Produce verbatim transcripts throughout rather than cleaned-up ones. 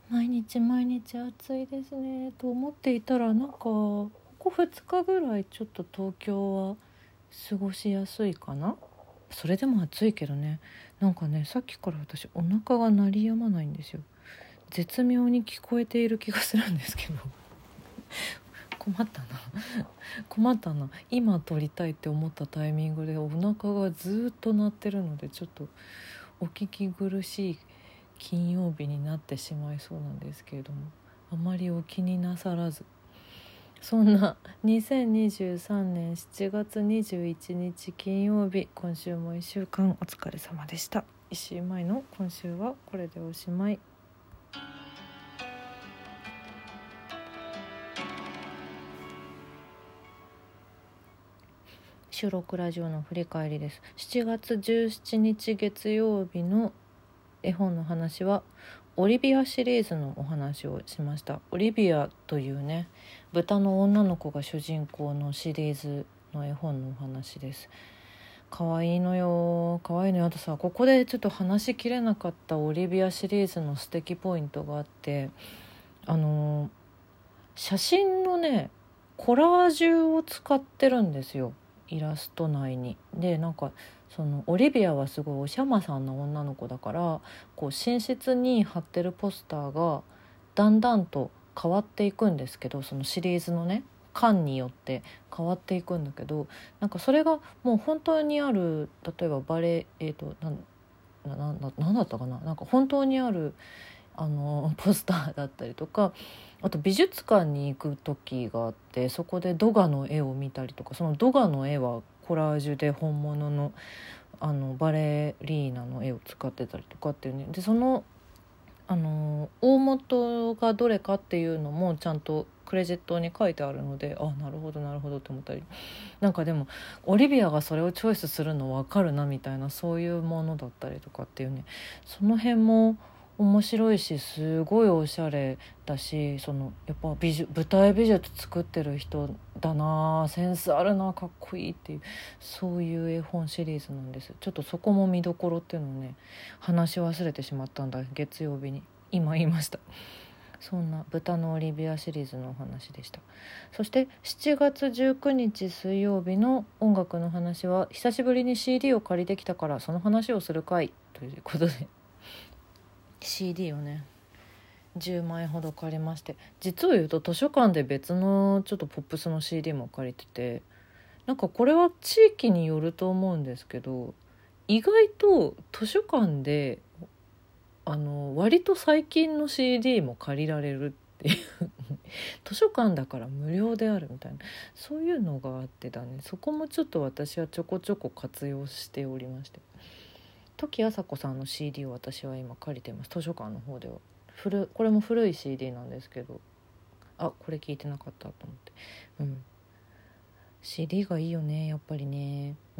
毎日毎日暑いですねと思っていたら、なんかここふつかぐらいちょっと東京は過ごしやすいかな。それでも暑いけどね。なんかね、さっきから私お腹が鳴りやまないんですよ。絶妙に聞こえている気がするんですけど困ったな困ったな。今撮りたいって思ったタイミングでお腹がずっと鳴ってるので、ちょっとお聞き苦しい金曜日になってしまいそうなんですけれども、あまりお気になさらず。そんなにせんにじゅうさんねんしちがつにじゅういちにち金曜日、今週もいっしゅうかんお疲れ様でした。いっしゅうまえの今週はこれでおしまい。収録ラジオの振り返りです。しちがつじゅうしちにち月曜日の絵本の話はオリビアシリーズのお話をしました。オリビアというね、豚の女の子が主人公のシリーズの絵本のお話です。かわいいのよ、かわいいのよ。あとさ、ここでちょっと話しきれなかったオリビアシリーズの素敵ポイントがあって、あの写真のねコラージュを使ってるんですよ、イラスト内に。で、なんかそのオリビアはすごいおしゃまさんな女の子だから、こう寝室に貼ってるポスターがだんだんと変わっていくんですけど、そのシリーズのね巻によって変わっていくんだけど、なんかそれがもう本当にある、例えばバレエ、えーとなんなななんだったかな、なんか本当にあるあのポスターだったりとか、あと美術館に行く時があって、そこでドガの絵を見たりとか、そのドガの絵はコラージュで本物のあのバレリーナの絵を使ってたりとかっていうね。でそのあの大元がどれかっていうのもちゃんとクレジットに書いてあるので、あ、なるほどなるほどって思ったり、なんかでもオリビアがそれをチョイスするの分かるなみたいな、そういうものだったりとかっていうね、その辺も面白いし、すごいおしゃれだし、そのやっぱ美術舞台美術作ってる人だな、センスあるな、かっこいいっていう、そういう絵本シリーズなんです。ちょっとそこも見どころっていうのをね話し忘れてしまったんだ、月曜日に今言いました。そんな豚のオリビアシリーズのお話でした。そしてしちがつじゅうくにち水曜日の音楽の話は、久しぶりに シーディー を借りてきたからその話をする回ということで、 シーディー をねじゅうまいほど借りまして、実を言うと図書館で別のちょっとポップスの シーディー も借りてて、なんかこれは地域によると思うんですけど、意外と図書館であの割と最近の シーディー も借りられるっていう図書館だから無料であるみたいな、そういうのがあってだね、そこもちょっと私はちょこちょこ活用しておりまして、時あさこさんの シーディー を私は今借りてます、図書館の方では。古これも古い シーディー なんですけど、あ、これ聞いてなかったと思って、うん、シーディー がいいよね、やっぱりね。うん、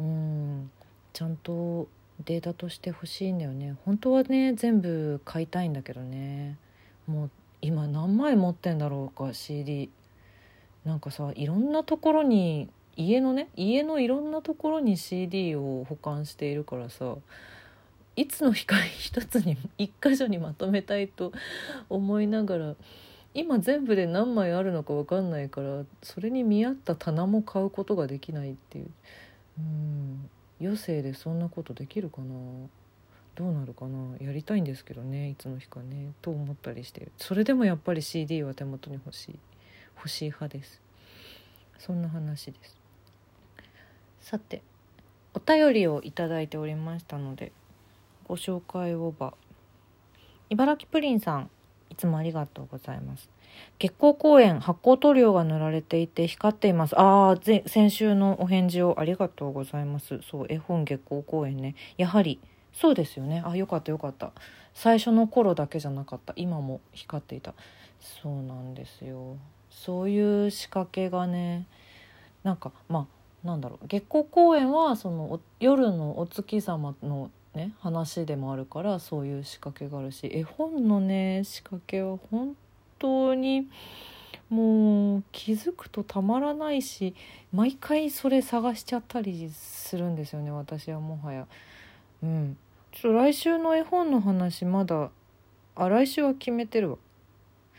ちゃんとデータとして欲しいんだよね。本当はね全部買いたいんだけどね。もう今何枚持ってんだろうか シーディー。 なんかさ、いろんなところに、家のね家のいろんなところに シーディー を保管しているからさ、いつの日か一つに一箇所にまとめたいと思いながら、今全部で何枚あるのか分かんないから、それに見合った棚も買うことができないっていう。うん、余生でそんなことできるかな、どうなるかな、やりたいんですけどね、いつの日かねと思ったりして、それでもやっぱり シーディー は手元に欲しい欲しい派です。そんな話です。さて、お便りをいただいておりましたのでご紹介をば。茨城プリンさん、いつもありがとうございます。月光公園、発光塗料が塗られていて光っています。ああ、先週のお返事をありがとうございます。そう、絵本月光公園ね、やはりそうですよね。あ、よかったよかった。最初の頃だけじゃなかった、今も光っていた。そうなんですよ。そういう仕掛けがね、なんかまあなんだろう、月光公園はその夜のお月様のね話でもあるから、そういう仕掛けがあるし、絵本のね仕掛けは本当にもう気づくとたまらないし、毎回それ探しちゃったりするんですよね、私はもはや。うん、ちょっと来週の絵本の話まだ、あ、来週は決めてるわ。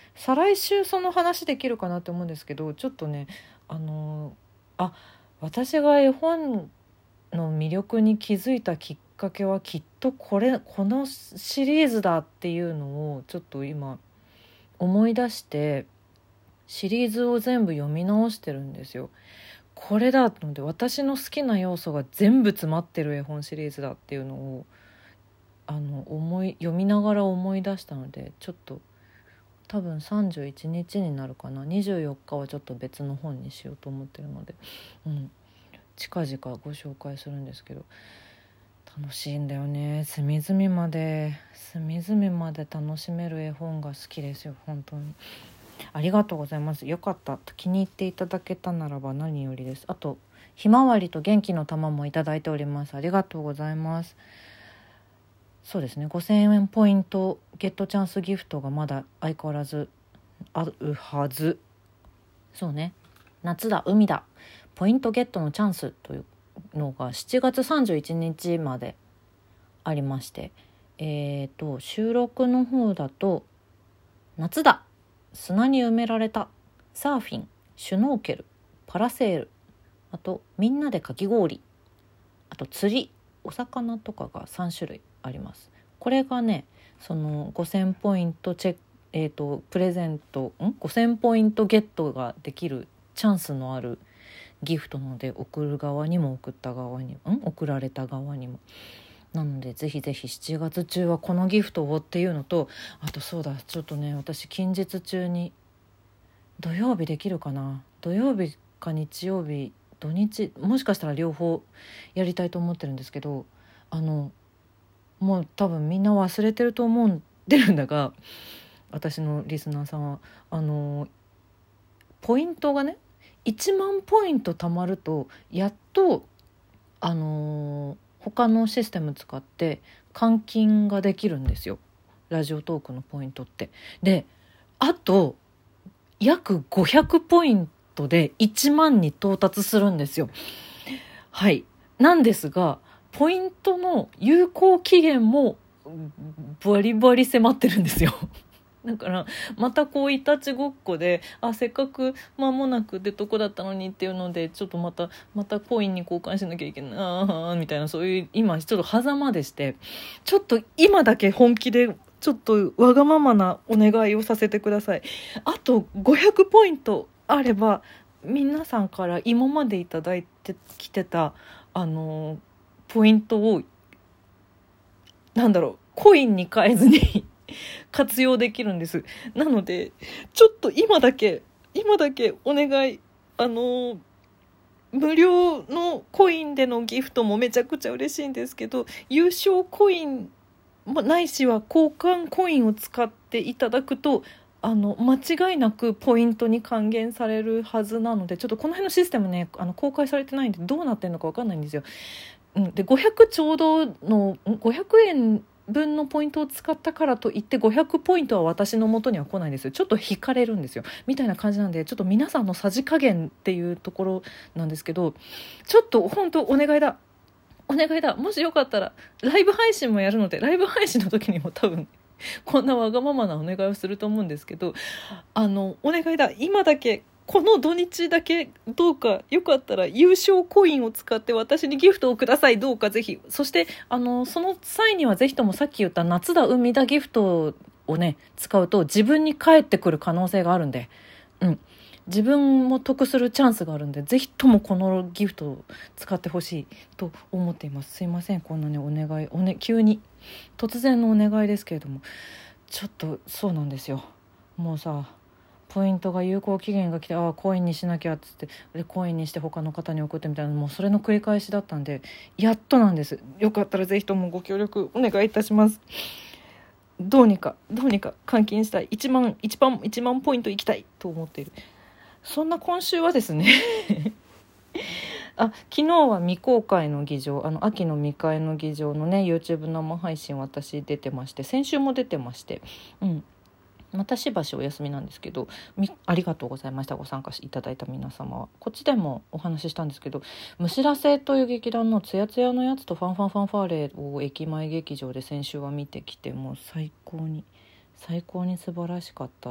再来週その話できるかなって思うんですけど、ちょっとねあのあ私が絵本の魅力に気づいたきっかけはきっとこれこのシリーズだっていうのをちょっと今思い出してシリーズを全部読み直してるんですよ。これだので私の好きな要素が全部詰まってる絵本シリーズだっていうのをあの思い読みながら思い出したので、ちょっと多分さんじゅういちにちになるかな、にじゅうよっかはちょっと別の本にしようと思ってるので、うん、近々ご紹介するんですけど、楽しいんだよね。隅々まで隅々まで楽しめる絵本が好きですよ本当に。ありがとうございます。よかった、気に入っていただけたならば何よりです。あとひまわりと元気の玉もいただいております。ありがとうございます。そうですね、ごせんえんポイントゲットチャンスギフトがまだ相変わらずあるはず。そうね、夏だ海だポイントゲットのチャンスというのがしちがつさんじゅういちにちまでありまして、えーと収録の方だと夏だ砂に埋められたサーフィンシュノーケルパラセール、あとみんなでかき氷、あと釣りお魚とかがさんしゅるいあります。これがねそのごせんポイントチェック、えーとプレゼントんごせんポイントゲットができるチャンスのあるギフトなので、送る側にも送った側にもん送られた側にもなので、ぜひぜひしちがつ中はこのギフトをっていうのと、あとそうだちょっとね私近日中に土曜日できるかな、土曜日か日曜日土日もしかしたら両方やりたいと思ってるんですけど、あのもう多分みんな忘れてると思ってるんだが、私のリスナーさんはあのポイントがねいちまんポイント貯まるとやっとあの他のシステム使って換金ができるんですよ、ラジオトークのポイントって。であと約ごひゃくポイントでいちまんに到達するんですよ。はいなんですが、ポイントの有効期限もバリバリ迫ってるんですよだからまたこういたちごっこで、あせっかく間もなくってとこだったのにっていうので、ちょっとまたまたコインに交換しなきゃいけないあみたいな、そういう今ちょっと狭間でして、ちょっと今だけ本気でちょっとわがままなお願いをさせてください。あとごひゃくポイントあれば皆さんから今までいただいてきてたあのポイントをなんだろうコインに変えずに活用できるんです。なのでちょっと今だけ今だけお願い、あの無料のコインでのギフトもめちゃくちゃ嬉しいんですけど、優勝コインないしは交換コインを使っていただくとあの間違いなくポイントに還元されるはずなので、ちょっとこの辺のシステムねあの公開されてないんでどうなってるのか分かんないんですよ。うん、でごひゃくちょうどのごひゃくえん分のポイントを使ったからといってごひゃくポイントは私の元には来ないんですよ。ちょっと引かれるんですよみたいな感じなんで、ちょっと皆さんのさじ加減っていうところなんですけど、ちょっと本当お願いだお願いだもしよかったらライブ配信もやるので、ライブ配信の時にも多分こんなわがままなお願いをすると思うんですけど、あのお願いだ今だけこの土日だけどうかよかったら優勝コインを使って私にギフトをください、どうかぜひ。そしてあのその際にはぜひともさっき言った夏だ海だギフトをね使うと自分に返ってくる可能性があるんで、うん自分も得するチャンスがあるんで、ぜひともこのギフトを使ってほしいと思っています。すいませんこんなねお願いお、ね、急に突然のお願いですけれども、ちょっとそうなんですよ。もうさポイントが有効期限が来て、ああコインにしなきゃっつってでコインにして他の方に送ってみたいな、もうそれの繰り返しだったんでやっとなんです。よかったらぜひともご協力お願いいたします。どうにかどうにか換金したい、いちまんいちまんいちまんポイントいきたいと思っている。そんな今週はですねあ昨日は未公開の議場、あの秋の未開の議場のね YouTube 生配信私出てまして、先週も出てまして、うんまたしばしお休みなんですけど、ありがとうございました。ご参加いただいた皆様は。こっちでもお話ししたんですけど、むしらせという劇団のつやつやのやつとファンファンファンファーレを駅前劇場で先週は見てきて、もう最高に最高に素晴らしかった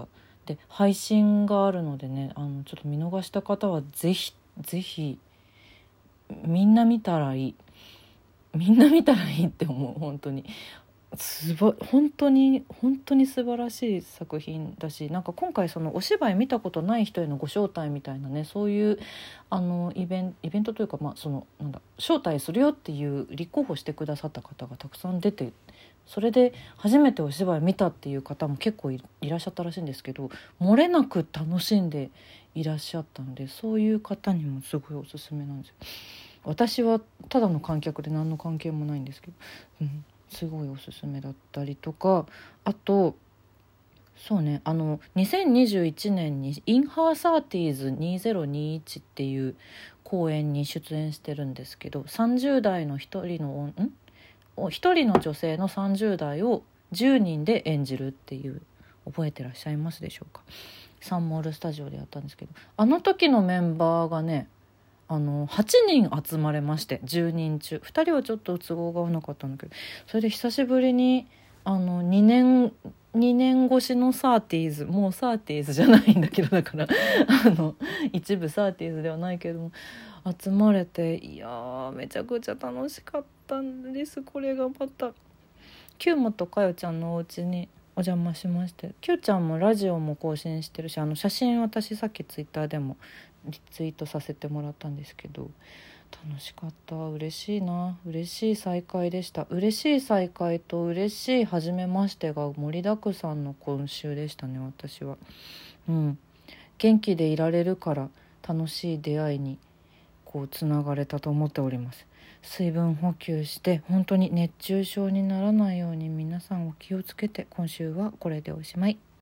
で配信があるのでね、あのちょっと見逃した方はぜひぜひみんな見たらいいみんな見たらいいって思う。本当にすば本当に本当に素晴らしい作品だし、なんか今回そのお芝居見たことない人へのご招待みたいなね、そういうあのイベンイベントというか、まあそのなんだ招待するよっていう立候補してくださった方がたくさん出て、それで初めてお芝居見たっていう方も結構 い, いらっしゃったらしいんですけど、漏れなく楽しんでいらっしゃったので、そういう方にもすごいおすすめなんですよ。私はただの観客で何の関係もないんですけど、うんすごいおすすめだったりとか、あとそうね、あのにせんにじゅういちねんにインハーサーティーズにせんにじゅういちっていう公演に出演してるんですけど、さんじゅう代の一人のん一人の女性のさんじゅう代をじゅうにんで演じるっていう、覚えてらっしゃいますでしょうか。サンモールスタジオでやったんですけど、あの時のメンバーがね、あのはちにん集まれまして、じゅうにん中ふたりはちょっと都合が合わなかったんだけど、それで久しぶりにあのにねんにねん越しのサーティーズ、もうサーティーズじゃないんだけど、だからあの一部サーティーズではないけれども集まれて、いやーめちゃくちゃ楽しかったんです。これがまたキューモとかよちゃんのお家にお邪魔しまして、キューちゃんもラジオも更新してるし、あの写真私さっきツイッターでもリツイートさせてもらったんですけど、楽しかった。嬉しいな、嬉しい再会でした。嬉しい再会と嬉しい初めましてが盛りだくさんの今週でしたね、私は。うん元気でいられるから楽しい出会いにこうつながれたと思っております。水分補給して本当に熱中症にならないように皆さんお気をつけて、今週はこれでおしまい。